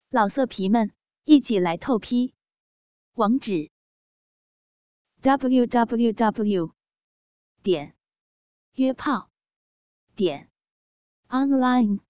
老色皮们，一起来透批！网址 www.约炮online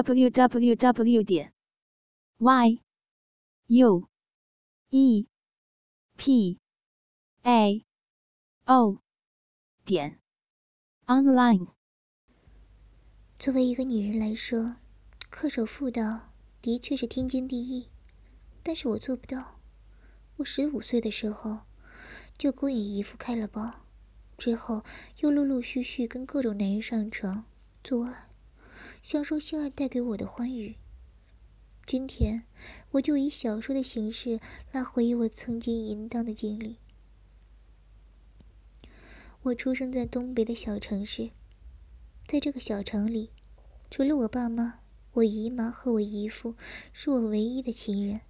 www.yuepao.online。 作为一个女人来说，恪守妇道的确是天经地义，但是我做不到。我15岁的时候就勾引姨父开了包，之后又陆陆续续跟各种男人上床做爱，享受性爱带给我的欢愉。今天我就以小说的形式来回忆我曾经淫荡的经历。我出生在东北的小城市，在这个小城里，除了我爸妈，我姨妈和我姨父是我唯一的亲人。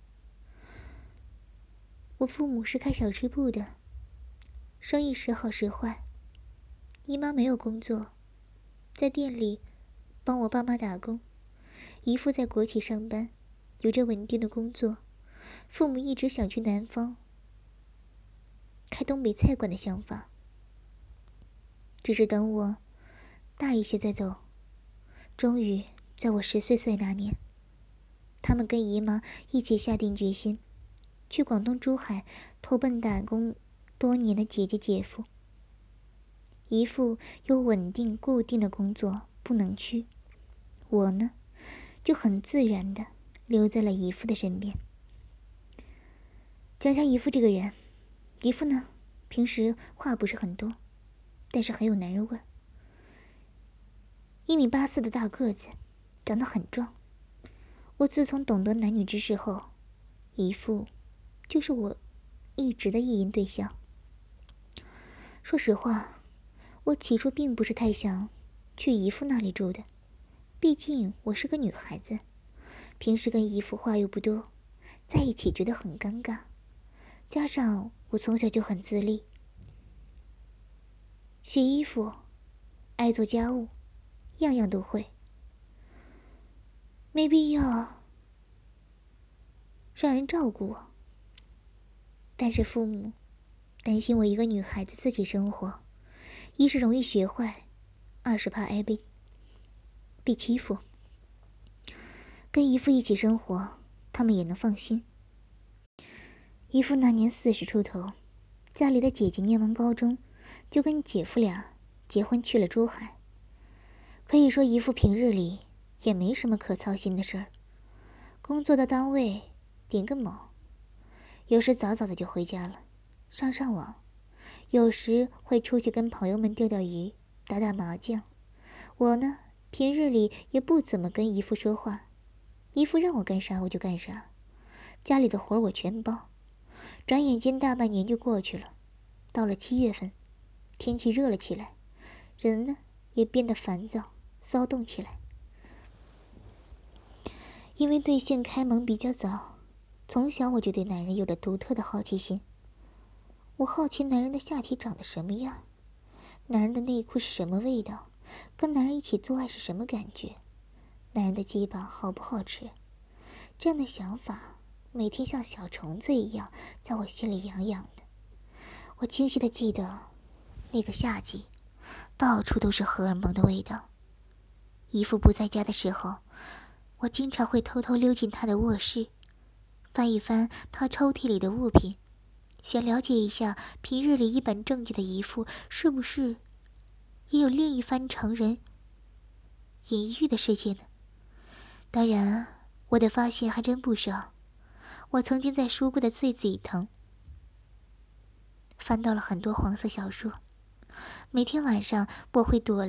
我父母是开小吃部的，生意时好时坏。姨妈没有工作，在店里帮我爸妈打工。姨父在国企上班，有着稳定的工作。父母一直想去南方开东北菜馆的想法，只是等我大一些再走。终于在我10岁那年，他们跟姨妈一起下定决心去广东珠海投奔打工多年的姐姐姐夫。姨父有稳定固定的工作，不能去，我呢就很自然的留在了姨父的身边。讲讲姨父这个人，姨父呢平时话不是很多，但是很有男人味儿。1.84米的大个子，长得很壮。我自从懂得男女之事后，姨父就是我一直的意淫对象。说实话，我起初并不是太想去姨父那里住的，毕竟我是个女孩子，平时跟姨父话又不多，在一起觉得很尴尬。加上我从小就很自立，洗衣服，爱做家务，样样都会，没必要让人照顾我。但是父母担心我一个女孩子自己生活，一是容易学坏，二是怕挨被欺负。跟姨父一起生活，他们也能放心。姨父那年40出头，家里的姐姐念完高中，就跟姐夫俩结婚去了珠海。可以说姨父平日里也没什么可操心的事儿，工作的单位顶个卯，有时早早的就回家了，上网，有时会出去跟朋友们钓钓鱼，打打麻将。我呢，平日里也不怎么跟姨父说话，姨父让我干啥我就干啥，家里的活我全包。转眼间大半年就过去了，到了7月份，天气热了起来，人呢也变得烦躁骚动起来。因为对性开蒙比较早，从小我就对男人有着独特的好奇心。我好奇男人的下体长得什么样，男人的内裤是什么味道，跟男人一起做爱是什么感觉，男人的鸡巴好不好吃。这样的想法每天像小虫子一样在我心里痒痒的。我清晰地记得那个夏季，到处都是荷尔蒙的味道。姨父不在家的时候，我经常会偷偷溜进他的卧室，翻一翻他抽屉里的物品，想了解一下平日里一本正经的姨父是不是也有另一番成人隐喻的世界呢？当然，我的发现还真不少。我曾经在书柜的最底层翻到了很多黄色小说，每天晚上我会躲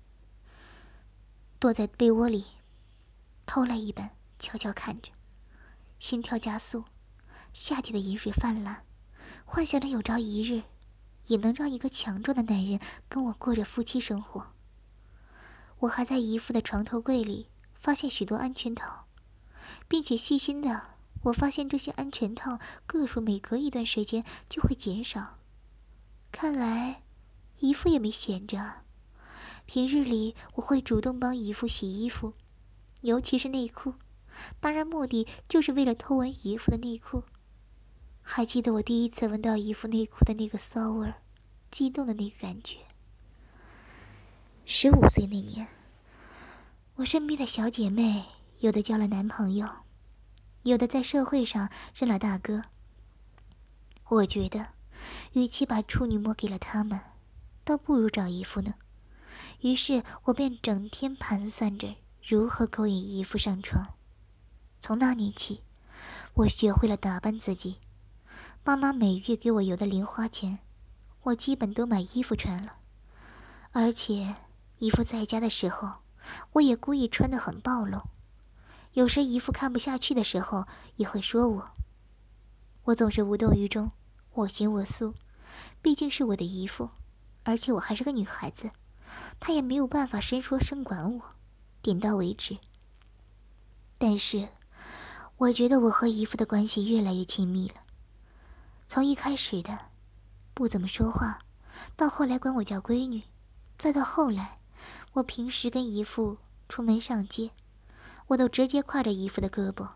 在被窝里偷来一本，悄悄看着，心跳加速，夏天的饮水泛滥，幻想着有朝一日也能让一个强壮的男人跟我过着夫妻生活。我还在姨父的床头柜里发现许多安全套，并且细心的我发现这些安全套个数每隔一段时间就会减少。看来姨父也没闲着。平日里我会主动帮姨父洗衣服，尤其是内裤， 当然目的就是为了偷闻姨父的内裤。还记得我第一次闻到姨父内裤的那个骚味儿，激动的那个感觉。15岁那年，我身边的小姐妹有的交了男朋友，有的在社会上认了大哥。我觉得与其把处女膜给了他们，倒不如找姨父呢。于是我便整天盘算着如何勾引姨父上床。从那年起，我学会了打扮自己。妈妈每月给我邮的零花钱，我基本都买衣服穿了。而且姨父在家的时候，我也故意穿得很暴露。有时姨父看不下去的时候，也会说我。我总是无动于衷，我行我素。毕竟是我的姨父，而且我还是个女孩子，他也没有办法伸说生管我，点到为止。但是我觉得我和姨父的关系越来越亲密了。从一开始的不怎么说话，到后来管我叫闺女，再到后来我平时跟姨父出门上街，我都直接挎着姨父的胳膊。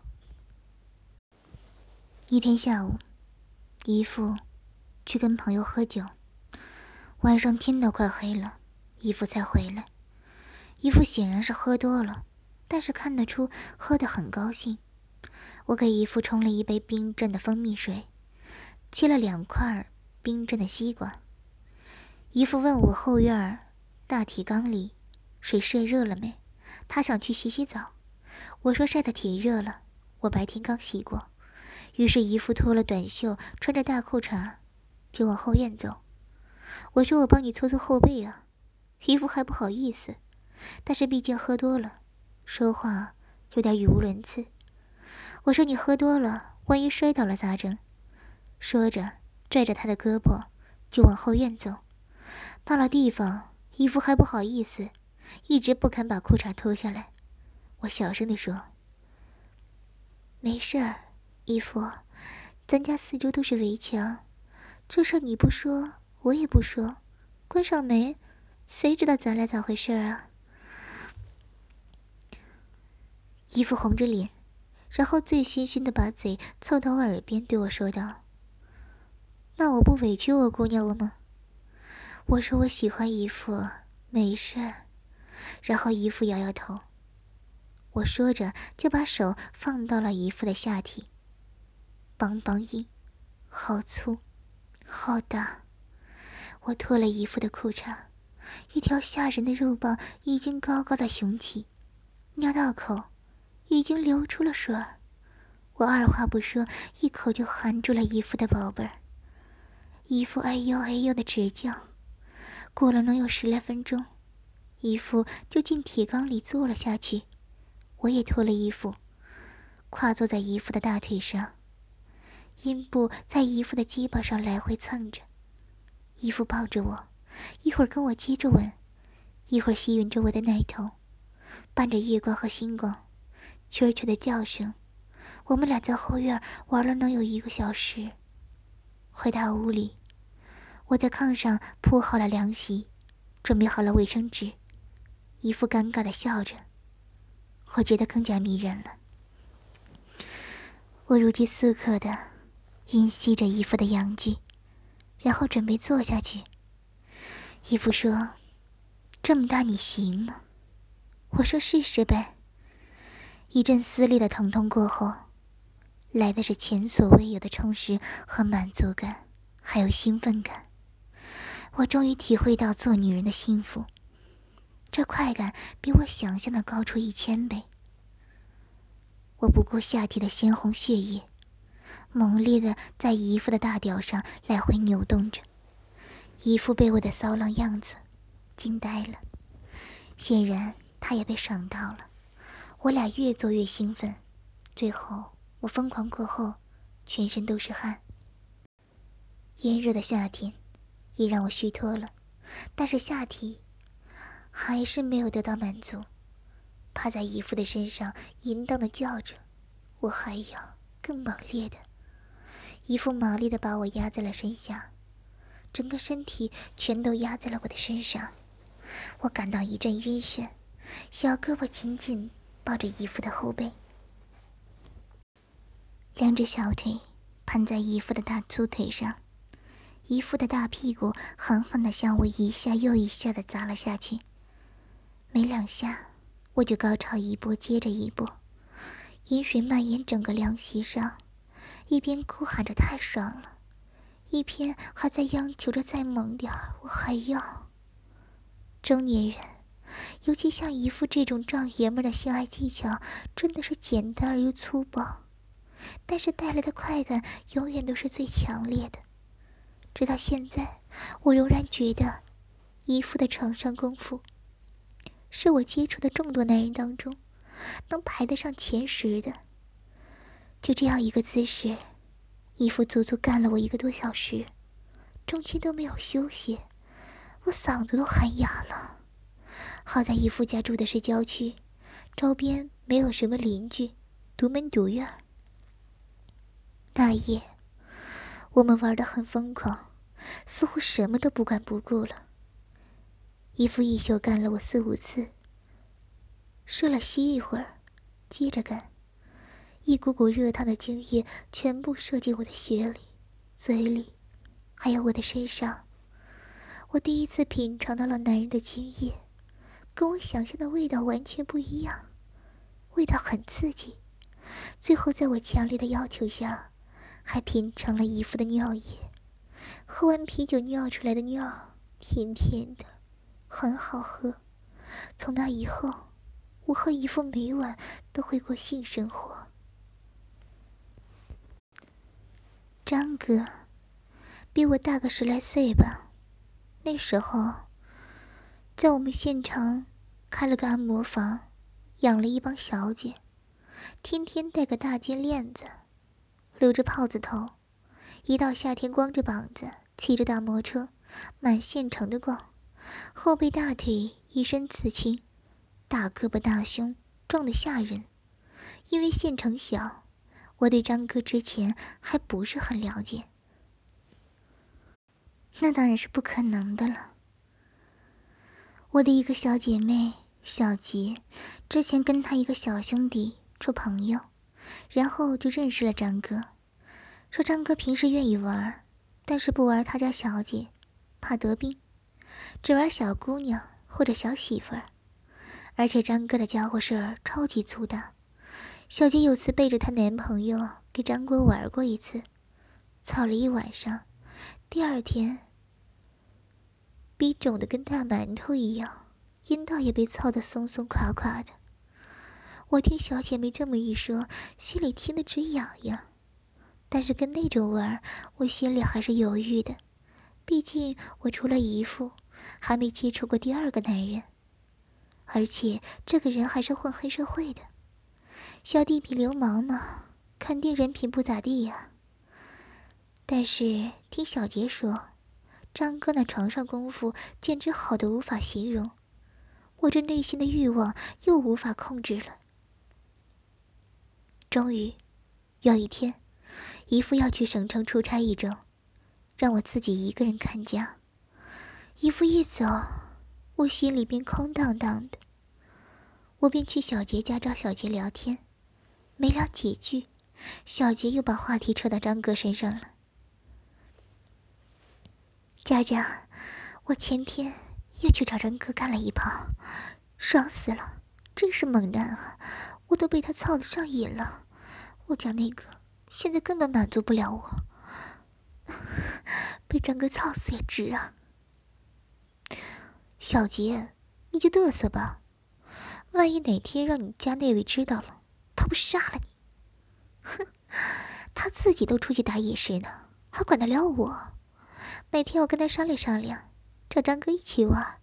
一天下午，姨父去跟朋友喝酒，晚上天都快黑了，姨父才回来。姨父显然是喝多了，但是看得出喝得很高兴。我给姨父冲了一杯冰镇的蜂蜜水，切了2块冰镇的西瓜。姨父问我后院大提缸里水射热了没，他想去洗洗澡。我说晒得挺热了，我白天刚洗过。于是姨父脱了短袖，穿着大裤衩就往后院走。我说我帮你搓搓后背啊。姨父还不好意思，但是毕竟喝多了，说话有点语无伦次。我说你喝多了，万一摔倒了咋整？说着拽着他的胳膊就往后院走。到了地方，姨父还不好意思，一直不肯把裤衩脱下来。我小声地说：没事儿，姨父，咱家4周都是围墙，这事你不说我也不说，关上门谁知道咱俩咋回事啊？姨父红着脸，然后醉醺醺地把嘴凑到我耳边对我说道：那我不委屈我姑娘了吗？我说我喜欢姨父，没事。然后姨父摇摇头。我说着就把手放到了姨父的下体，梆梆硬，好粗，好大。我脱了姨父的裤衩，一条吓人的肉棒已经高高的雄起，尿道口已经流出了水儿。我二话不说，一口就含住了姨父的宝贝儿。姨父哎呦哎呦的直叫。过了能有10来分钟，姨父就进铁缸里坐了下去。我也脱了衣服，跨坐在姨父的大腿上，阴部在姨父的鸡巴上来回蹭着。姨父抱着我，一会儿跟我接着吻，一会儿吸吮着我的奶头，伴着月光和星光，蛐蛐的叫声。我们俩在后院玩了能有1个小时。回到屋里，我在炕上铺好了凉席，准备好了卫生纸。姨父尴尬地笑着，我觉得更加迷人了。我如饥似渴地吮吸着姨父的阳具，然后准备坐下去。姨父说：这么大你行吗？我说试试呗。一阵撕裂的疼痛过后，来的是前所未有的充实和满足感，还有兴奋感。我终于体会到做女人的幸福，这快感比我想象的高出1000倍。我不顾下体的鲜红血液，猛烈地在姨父的大屌上来回扭动着。姨父被我的骚浪样子惊呆了，显然他也被爽到了。我俩越做越兴奋，最后我疯狂过后，全身都是汗。炎热的夏天也让我虚脱了，但是下体还是没有得到满足。趴在姨父的身上淫荡地叫着，我还要更猛烈的。姨父麻利地把我压在了身下，整个身体全都压在了我的身上。我感到一阵晕眩，小胳膊紧紧抱着姨父的后背， 两只小腿盘在姨父的大粗腿上，姨父的大屁股狠狠地向我一下又一下地砸了下去。没两下，我就高潮一波接着一波，饮水蔓延整个凉席上，一边哭喊着太爽了，一边还在央求着再猛点儿，我还要。中年人，尤其像姨父这种壮爷们的性爱技巧，真的是简单而又粗暴，但是带来的快感永远都是最强烈的。直到现在，我仍然觉得姨父的床上功夫是我接触的众多男人当中能排得上前10的。就这样一个姿势，姨父足足干了我1个多小时，中间都没有休息，我嗓子都喊哑了。好在姨父家住的是郊区，周边没有什么邻居，独门独院。那夜我们玩得很疯狂，似乎什么都不管不顾了。姨父一宿干了我4、5次，射了息一会儿，接着干，一股股热烫的精液全部射进我的血里、嘴里，还有我的身上。我第一次品尝到了男人的精液，跟我想象的味道完全不一样，味道很刺激。最后在我强烈的要求下，还品尝了姨父的尿液。喝完啤酒尿出来的尿，甜甜的，很好喝。从那以后，我和姨父每晚都会过性生活。张哥比我大个10来岁吧，那时候在我们县城开了个按摩房，养了一帮小姐，天天戴个大金链子，留着泡子头，一到夏天光着膀子，骑着大摩车满县城的逛，后背大腿一身刺青，大胳膊大胸，壮得吓人。因为县城小，我对张哥之前还不是很了解，那当然是不可能的了。我的一个小姐妹小杰，之前跟他一个小兄弟做朋友，然后就认识了张哥。说张哥平时愿意玩，但是不玩他家小姐，怕得病，只玩小姑娘或者小媳妇儿。而且张哥的家伙事儿超级粗大，小杰有次背着她男朋友给张哥玩过一次，操了一晚上，第2天逼肿得跟大馒头一样，阴道也被操得松松垮垮的。我听小姐妹这么一说，心里听得直痒痒，但是跟那种玩，我心里还是犹豫的，毕竟我除了姨父，还没接触过第2个男人，而且这个人还是混黑社会的，小地痞流氓嘛，肯定人品不咋地呀。但是听小杰说，张哥那床上功夫简直好得无法形容，我这内心的欲望又无法控制了。终于有一天，姨父要去省城出差1周，让我自己一个人看家。姨父一走，我心里便空荡荡的，我便去小杰家找小杰聊天，没聊几句，小杰又把话题扯到张哥身上了。佳佳，我前天又去找张哥干了一炮，爽死了，真是猛男啊，我都被他操得上瘾了。我家那个现在根本满足不了我，被张哥操死也值啊。小杰，你就嘚瑟吧，万一哪天让你家那位知道了，他不杀了你？哼，他自己都出去打野时呢，还管得了我？哪天我跟他商量商量，找张哥一起玩。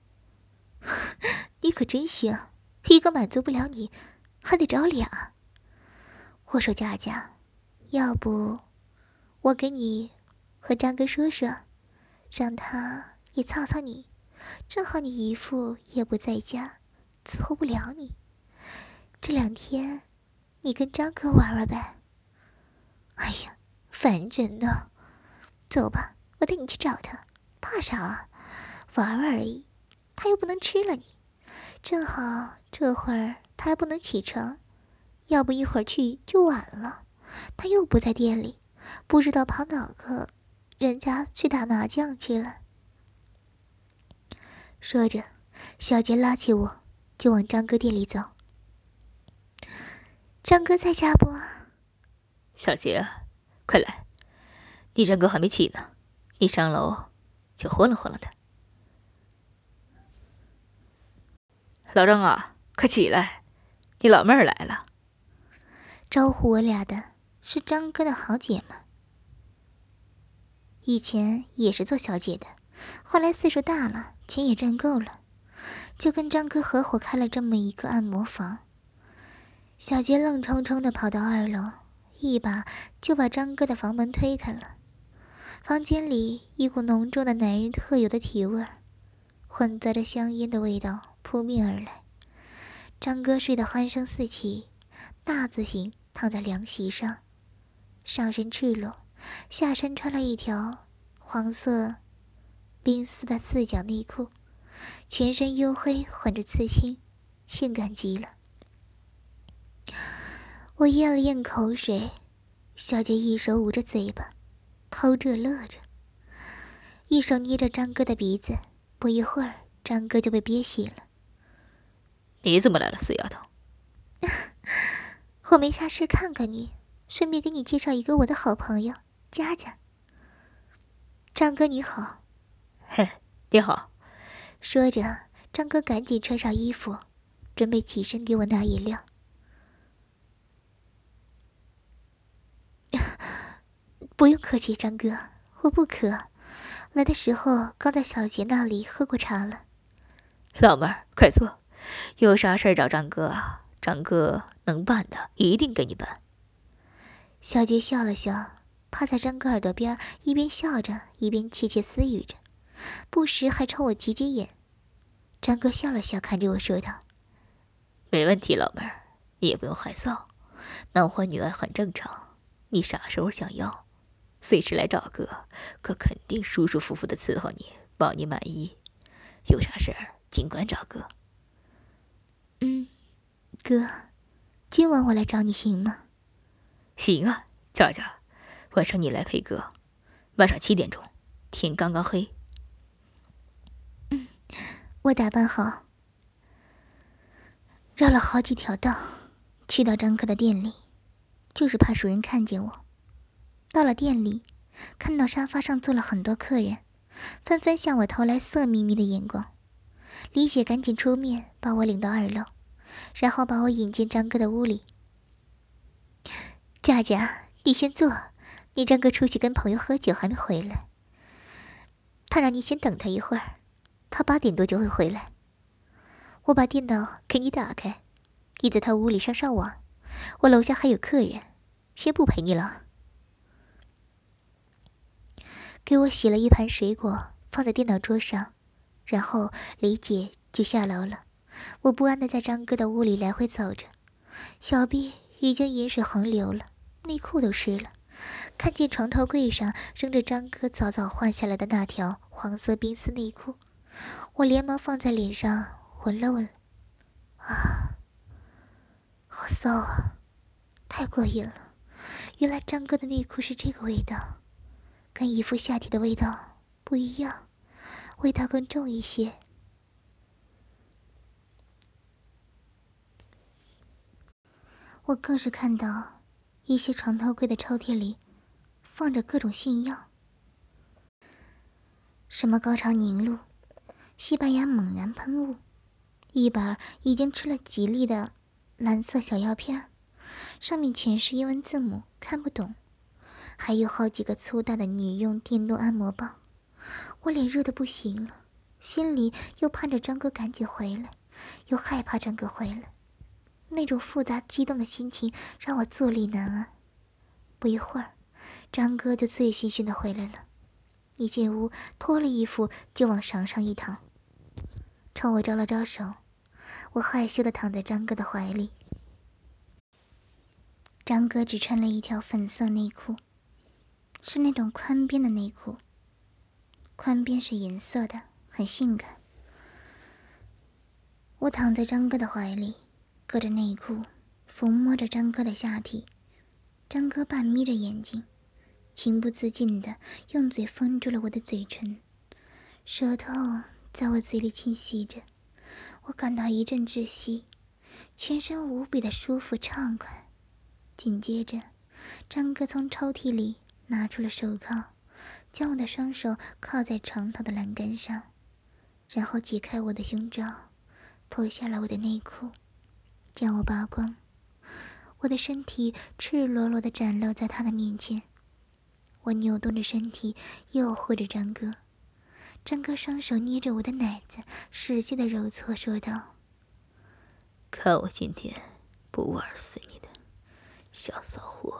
你可真行，一个满足不了你，还得找俩。我说佳佳，要不我给你和张哥说说，让他也操操你，正好你姨父也不在家，伺候不了你。这2天你跟张哥玩玩呗。哎呀，烦人呢。走吧，我带你去找他，怕啥啊？玩玩而已，他又不能吃了你。正好这会儿他还不能起床，要不一会儿去就晚了。 他又不在店里，不知道跑哪个人家去打麻将去了。说着，小杰拉起我就往张哥店里走。张哥在家不？ 小杰，快来，你张哥还没起呢，你上楼就晃了晃了他。老张啊，快起来，你老妹儿来了。 招呼我俩的是张哥的好姐们，以前也是做小姐的，后来岁数大了，钱也赚够了，就跟张哥合伙开了这么一个按摩房。小杰愣冲冲地跑到2楼，一把就把张哥的房门推开了。房间里一股浓重的男人特有的体味儿，混杂着香烟的味道扑面而来。张哥睡得鼾声四起，大字形躺在凉席上，上身赤裸，下身穿了一条黄色冰丝的四角内裤，全身黝黑混着刺青，性感极了。我咽了咽口水，小姐一手捂着嘴巴，偷着乐着，一手捏着张哥的鼻子，不一会儿张哥就被憋醒了。 你怎么来了，死丫头？ 我没啥事看看你，顺便给你介绍一个我的好朋友佳佳。张哥你好。 嘿，你好。 说着，张哥赶紧穿上衣服，准备起身给我拿饮料。不用客气，张哥，我不渴。来的时候刚在小杰那里喝过茶了。 老妹儿，快坐，有啥事儿找张哥啊？张哥能办的，一定给你办。 小杰笑了笑，趴在张哥耳朵边，一边笑着，一边窃窃私语着，不时还冲我挤挤眼。张哥笑了笑，看着我说道：“ 没问题，老妹儿，你也不用害臊，男欢女爱很正常。你啥时候想要，随时来找哥，哥肯定舒舒服服的伺候你，保你满意。有啥事儿尽管找哥。” 哥，今晚我来找你行吗？ 行啊，佳佳，晚上你来陪哥。晚上7点钟，天刚刚黑。 我打扮好，绕了好几条道，去到张哥的店里，就是怕熟人看见我。到了店里，看到沙发上坐了很多客人，纷纷向我投来色眯眯的眼光。李姐赶紧出面把我领到2楼，然后把我引进张哥的屋里。佳佳，你先坐，你张哥出去跟朋友喝酒还没回来，他让你先等他一会儿，他8点多就会回来。我把电脑给你打开，你在他屋里上网，我楼下还有客人，先不陪你了。给我洗了一盘水果放在电脑桌上，然后李姐就下楼了。我不安地在张哥的屋里来回走着，小臂已经饮水横流了，内裤都湿了。看见床头柜上扔着张哥早早换下来的那条黄色冰丝内裤，我连忙放在脸上闻了闻，好骚啊，太过瘾了。原来张哥的内裤是这个味道，跟姨父下体的味道不一样，味道更重一些。我更是看到一些床头柜的抽屉里放着各种性药，什么高潮凝露、西班牙猛男喷雾，一本已经吃了几粒的蓝色小药片，上面全是英文字母，看不懂。还有好几个粗大的女用电动按摩棒。我脸热得不行了，心里又盼着张哥赶紧回来，又害怕张哥回来。那种复杂激动的心情让我坐立难安。不一会儿，张哥就醉醺醺的回来了，一进屋脱了衣服就往床上一躺，冲我招了招手。我害羞的躺在张哥的怀里。张哥只穿了一条粉色内裤，是那种宽边的内裤，宽边是银色的，很性感。我躺在张哥的怀里，隔着内裤抚摸着张哥的下体， 张哥半眯着眼睛，情不自禁地用嘴封住了我的嘴唇，舌头在我嘴里轻吸着，我感到一阵窒息，全身无比的舒服畅快。紧接着，张哥从抽屉里拿出了手铐，将我的双手铐在床头的栏杆上，然后解开我的胸罩，脱下了我的内裤，将我扒光。我的身体赤裸裸地展露在他的面前，我扭动着身体诱惑着张哥。张哥双手捏着我的奶子，使劲地揉搓，说道：“ 看我今天不玩死你的小骚货！”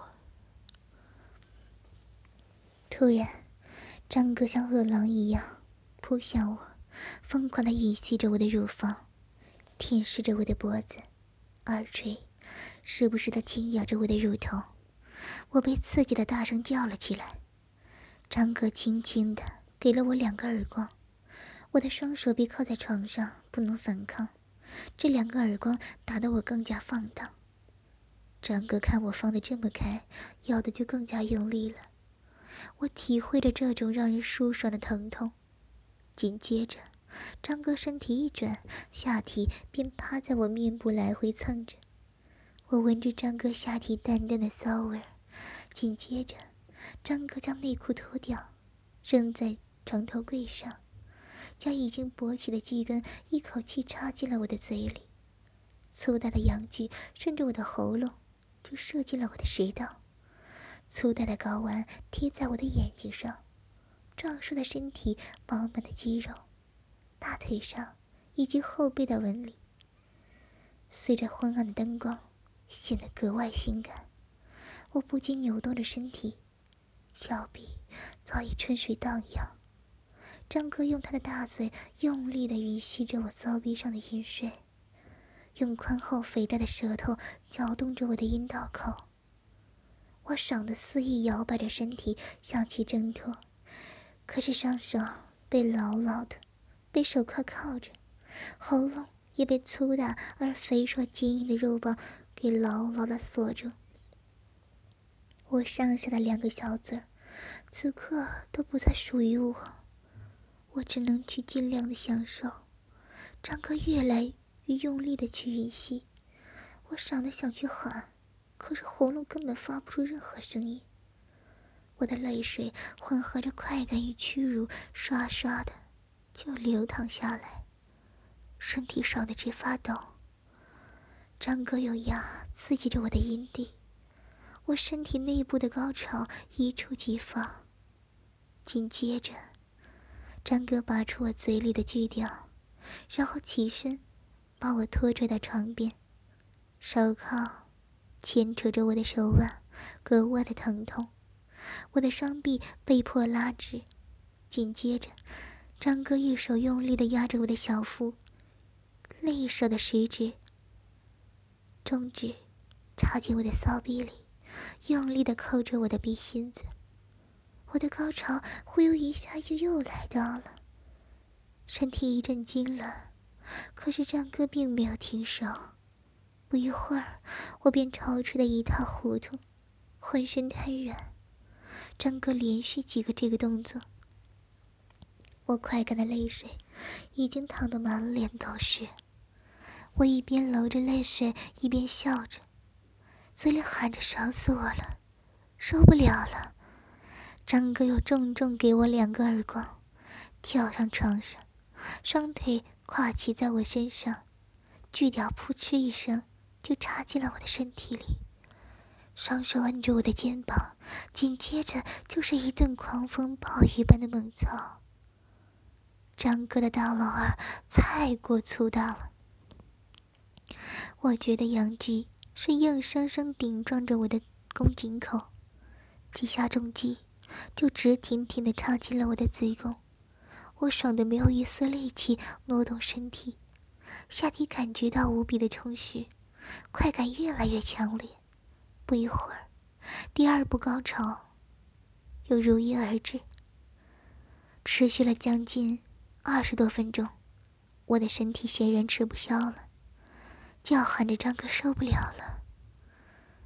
突然，张哥像饿狼一样扑向我，疯狂地吮吸着我的乳房，舔舐着我的脖子、耳垂，时不时地轻咬着我的乳头。我被刺激的大声叫了起来。张哥轻轻地给了我2个耳光，我的双手被铐在床上，不能反抗。这2个耳光打得我更加放荡。张哥看我放得这么开，咬得就更加用力了。我体会着这种让人舒爽的疼痛。紧接着，张哥身体一转，下体便趴在我面部来回蹭着。我闻着张哥下体淡淡的骚味儿。紧接着，张哥将内裤脱掉，扔在床头柜上，将已经勃起的巨根一口气插进了我的嘴里。粗大的阳具顺着我的喉咙就射进了我的食道，粗大的睾丸贴在我的眼睛上，壮硕的身体，饱满的肌肉，大腿上以及后背的纹理，随着昏暗的灯光显得格外性感。我不禁扭动着身体，小臂早已春水荡漾。张哥用他的大嘴用力地吮吸着我骚逼上的饮水，用宽厚肥大的舌头搅动着我的阴道口。我爽得肆意摇摆着身体想去挣脱，可是双手被牢牢的被手铐铐着，喉咙也被粗大而肥硕坚硬的肉棒给牢牢地锁住。我上下的2个小嘴此刻都不再属于我，我只能去尽量的享受。张哥越来越用力的去吮吸，我爽得想去喊，可是喉咙根本发不出任何声音。我的泪水混合着快感与屈辱，刷刷的就流淌下来，身体爽得直发抖。张哥有牙刺激着我的阴蒂，我身体内部的高潮一触即发。紧接着，张哥拔出我嘴里的锯条，然后起身把我拖拽到床边，手铐牵扯着我的手腕，格外的疼痛。我的双臂被迫拉直，紧接着张哥一手用力地压着我的小腹，另一手的食指、中指插进我的骚逼里，用力地扣着我的逼心子。我的高潮忽悠一下就又来到了，身体一阵痉挛，可是张哥并没有停手。不一会儿，我便潮吹得一塌糊涂，浑身瘫软。张哥连续几个这个动作，我快感的泪水已经淌得满脸都是。我一边揉着泪水，一边笑着，嘴里喊着爽死我了，受不了了。张哥又重重给我2个耳光，跳上床上，双腿跨骑在我身上，锯条扑哧一声就插进了我的身体里，双手摁住我的肩膀，紧接着就是一顿狂风暴雨般的猛操。张哥的大老二太过粗大了，我觉得阳具是硬生生顶撞着我的宫颈口，几下重击就直挺挺地插进了我的子宫。我爽得没有一丝力气挪动身体，下体感觉到无比的充实，快感越来越强烈。不一会儿，第2步高潮又如约而至，持续了将近20多分钟。我的身体显然吃不消了，叫喊着张哥受不了了。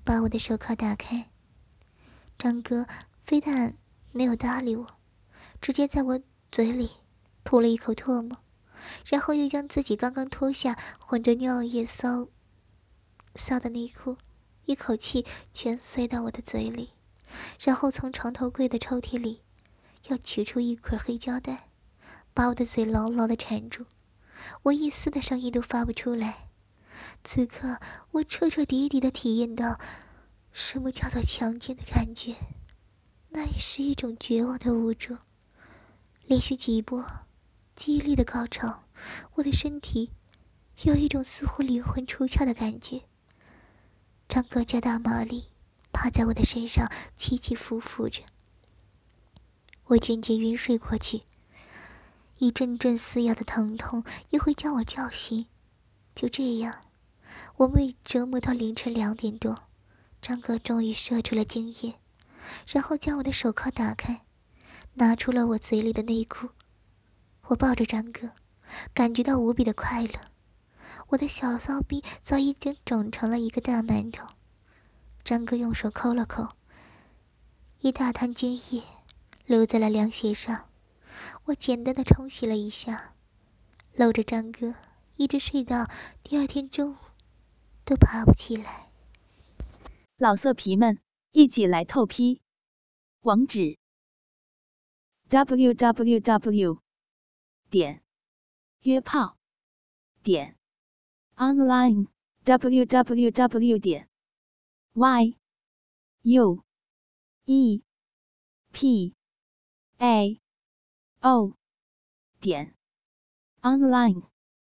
把我的手铐打开。张哥非但没有搭理我，直接在我嘴里吐了一口唾沫，然后又将自己刚刚脱下混着尿液骚的内裤一口气全塞到我的嘴里，然后从床头柜的抽屉里要取出一捆黑胶带，把我的嘴牢牢地缠住，我一丝的声音都发不出来。此刻我彻彻底底地体验到什么叫做强奸的感觉，那也是一种绝望的无助。连续几波激烈的高潮，我的身体有一种似乎灵魂出窍的感觉。张哥加大马力，趴在我的身上起起伏伏着，我渐渐晕睡过去，一阵阵撕咬的疼痛也会将我叫醒。就这样，我被折磨到凌晨2点多，张哥终于射出了精液，然后将我的手铐打开，拿出了我嘴里的内裤。我抱着张哥，感觉到无比的快乐。我的小骚逼早已经肿成了一个大馒头。张哥用手抠了抠，一大滩精液流在了凉鞋上。我简单的冲洗了一下，搂着张哥一直睡到第2天中午都爬不起来。 老色皮们，一起来透批！网址 www.约炮.online www.yuepao.online